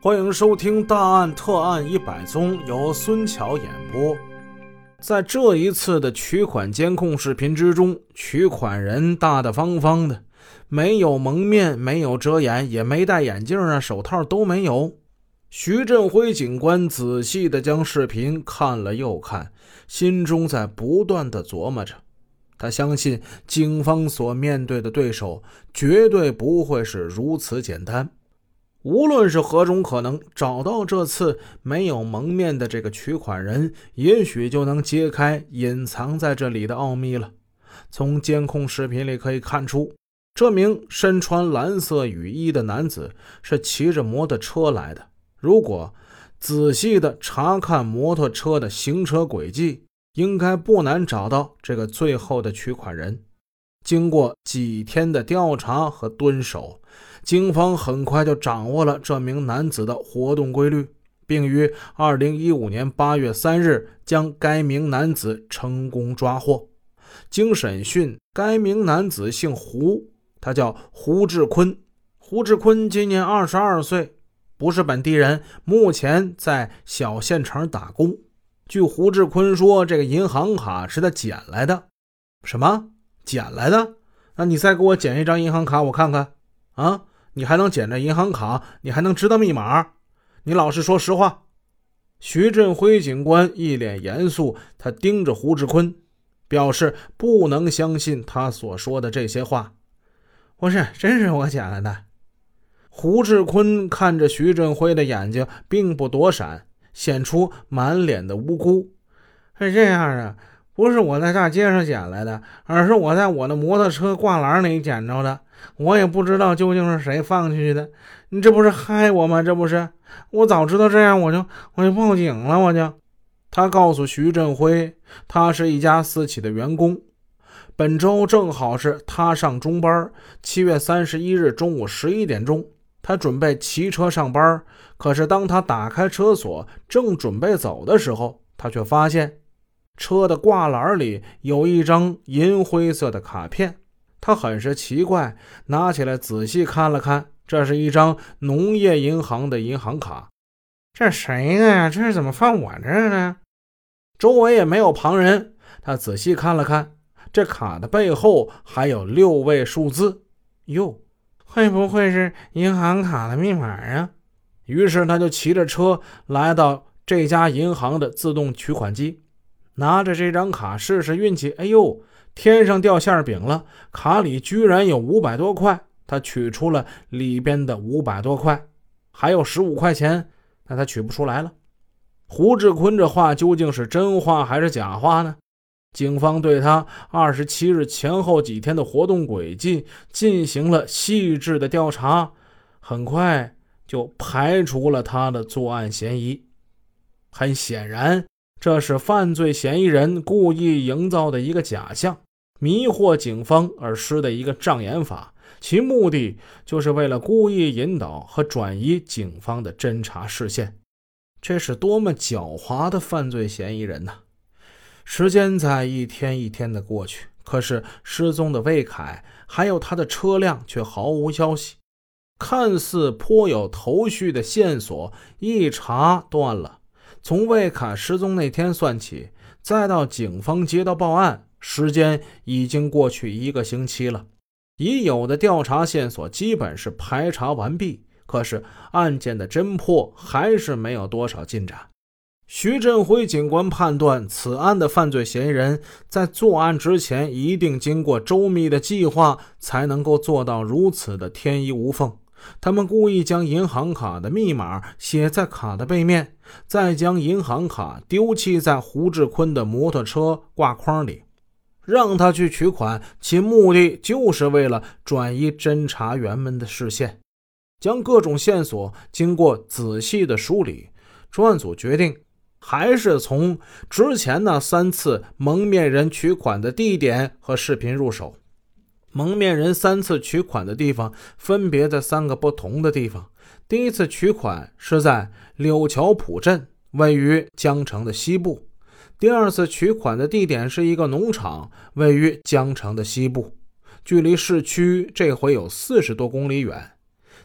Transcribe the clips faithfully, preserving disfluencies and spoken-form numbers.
欢迎收听大案特案一百宗，由孙桥演播。在这一次的取款监控视频之中，取款人大大方方的，没有蒙面，没有遮掩，也没戴眼镜啊，手套都没有。徐振辉警官仔细地将视频看了又看，心中在不断地琢磨着。他相信警方所面对的对手绝对不会是如此简单。无论是何种可能，找到这次没有蒙面的这个取款人，也许就能揭开隐藏在这里的奥秘了。从监控视频里可以看出，这名身穿蓝色雨衣的男子是骑着摩托车来的。如果仔细的查看摩托车的行车轨迹，应该不难找到这个最后的取款人。经过几天的调查和蹲守，警方很快就掌握了这名男子的活动规律，并于二零一五年八月三日将该名男子成功抓获。经审讯，该名男子姓胡，他叫胡志坤。胡志坤今年二十二岁，不是本地人，目前在小县城打工。据胡志坤说，这个银行卡是他捡来的。什么？捡来的？那你再给我捡一张银行卡我看看啊！你还能捡着银行卡？你还能知道密码？你老实说实话。徐振辉警官一脸严肃，他盯着胡志坤，表示不能相信他所说的这些话。不是，真是我捡来的。胡志坤看着徐振辉的眼睛并不躲闪，显出满脸的无辜。是这样啊，不是我在大街上捡来的，而是我在我的摩托车挂篮里捡着的。我也不知道究竟是谁放进去的，你这不是害我吗？这不是，我早知道这样，我就我就报警了，我就。他告诉徐振辉，他是一家私企的员工，本周正好是他上中班，七月三十一日中午十一点钟，他准备骑车上班，可是当他打开车锁，正准备走的时候，他却发现车的挂篮里有一张银灰色的卡片。他很是奇怪，拿起来仔细看了看，这是一张农业银行的银行卡。这谁的呀？这是怎么放我这儿呢？周围也没有旁人，他仔细看了看，这卡的背后还有六位数字。哟，会不会是银行卡的密码啊？于是他就骑着车来到这家银行的自动取款机，拿着这张卡试试运气。哎呦，天上掉馅饼了，卡里居然有五百多块。他取出了里边的五百多块，还有十五块钱，那他取不出来了。胡志坤这话究竟是真话还是假话呢？警方对他二十七日前后几天的活动轨迹进行了细致的调查，很快就排除了他的作案嫌疑。很显然，这是犯罪嫌疑人故意营造的一个假象，迷惑警方而施的一个障眼法，其目的就是为了故意引导和转移警方的侦查视线。这是多么狡猾的犯罪嫌疑人呢！时间在一天一天的过去，可是失踪的魏凯还有他的车辆却毫无消息。看似颇有头绪的线索一查断了。从魏凯失踪那天算起，再到警方接到报案，时间已经过去一个星期了。已有的调查线索基本是排查完毕，可是案件的侦破还是没有多少进展。徐振辉警官判断，此案的犯罪嫌疑人在作案之前一定经过周密的计划，才能够做到如此的天衣无缝。他们故意将银行卡的密码写在卡的背面，再将银行卡丢弃在胡志坤的摩托车挂筐里，让他去取款，其目的就是为了转移侦查员们的视线。将各种线索经过仔细的梳理，专案组决定还是从之前那三次蒙面人取款的地点和视频入手。蒙面人三次取款的地方分别在三个不同的地方。第一次取款是在柳桥浦镇，位于江城的西部。第二次取款的地点是一个农场，位于江城的西部，距离市区这回有四十多公里远。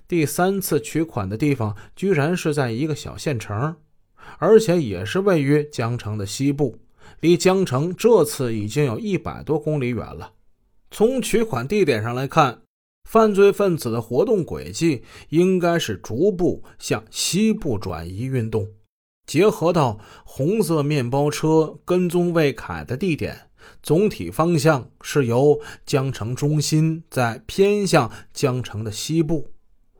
第三次取款的地方居然是在一个小县城，而且也是位于江城的西部，离江城这次已经有一百多公里远了。从取款地点上来看，犯罪分子的活动轨迹应该是逐步向西部转移运动，结合到红色面包车跟踪魏凯的地点，总体方向是由江城中心再偏向江城的西部。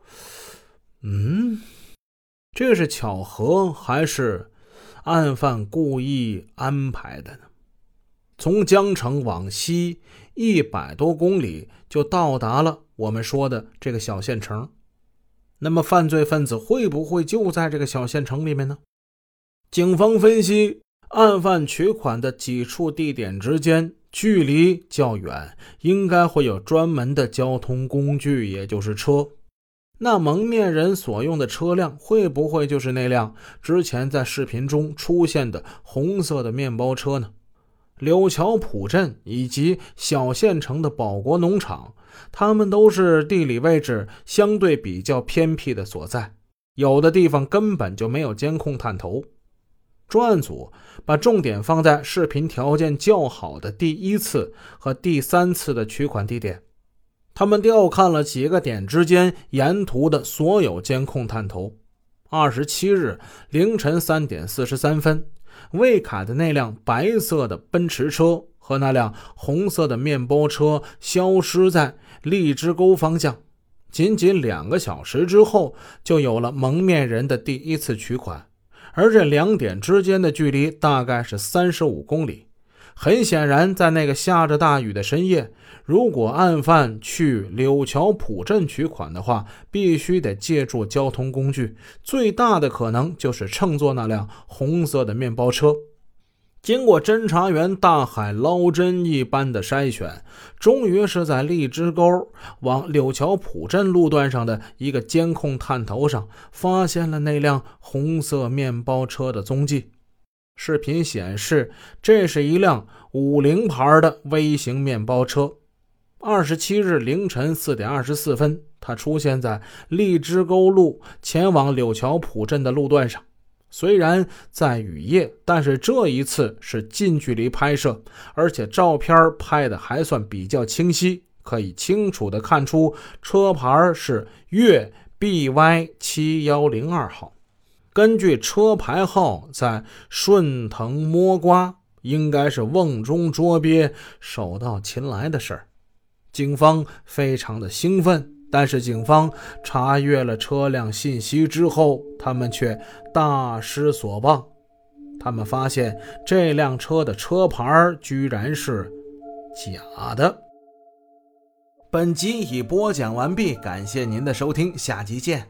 嗯，这是巧合还是案犯故意安排的呢？从江城往西一百多公里就到达了我们说的这个小县城，那么犯罪分子会不会就在这个小县城里面呢？警方分析，案犯取款的几处地点之间距离较远，应该会有专门的交通工具，也就是车。那蒙面人所用的车辆会不会就是那辆之前在视频中出现的红色的面包车呢？柳桥浦镇以及小县城的保国农场，它们都是地理位置相对比较偏僻的所在，有的地方根本就没有监控探头。专案组把重点放在视频条件较好的第一次和第三次的取款地点，他们调看了几个点之间沿途的所有监控探头。二十七日凌晨三点四十三分，魏凯的那辆白色的奔驰车和那辆红色的面包车消失在荔枝沟方向。仅仅两个小时之后，就有了蒙面人的第一次取款，而这两点之间的距离大概是三十五公里。很显然，在那个下着大雨的深夜，如果案犯去柳桥浦镇取款的话，必须得借助交通工具，最大的可能就是乘坐那辆红色的面包车。经过侦查员大海捞针一般的筛选，终于是在荔枝沟往柳桥浦镇路段上的一个监控探头上发现了那辆红色面包车的踪迹。视频显示，这是一辆五菱牌的微型面包车。二十七日凌晨四点二十四分，它出现在荔枝沟路前往柳桥浦镇的路段上。虽然在雨夜，但是这一次是近距离拍摄，而且照片拍的还算比较清晰，可以清楚地看出车牌是粤 B Y 七一零二号。根据车牌号，在顺藤摸瓜，应该是瓮中捉鳖，手到擒来的事儿。警方非常的兴奋，但是警方查阅了车辆信息之后，他们却大失所望。他们发现这辆车的车牌居然是假的。本集已播讲完毕，感谢您的收听，下集见。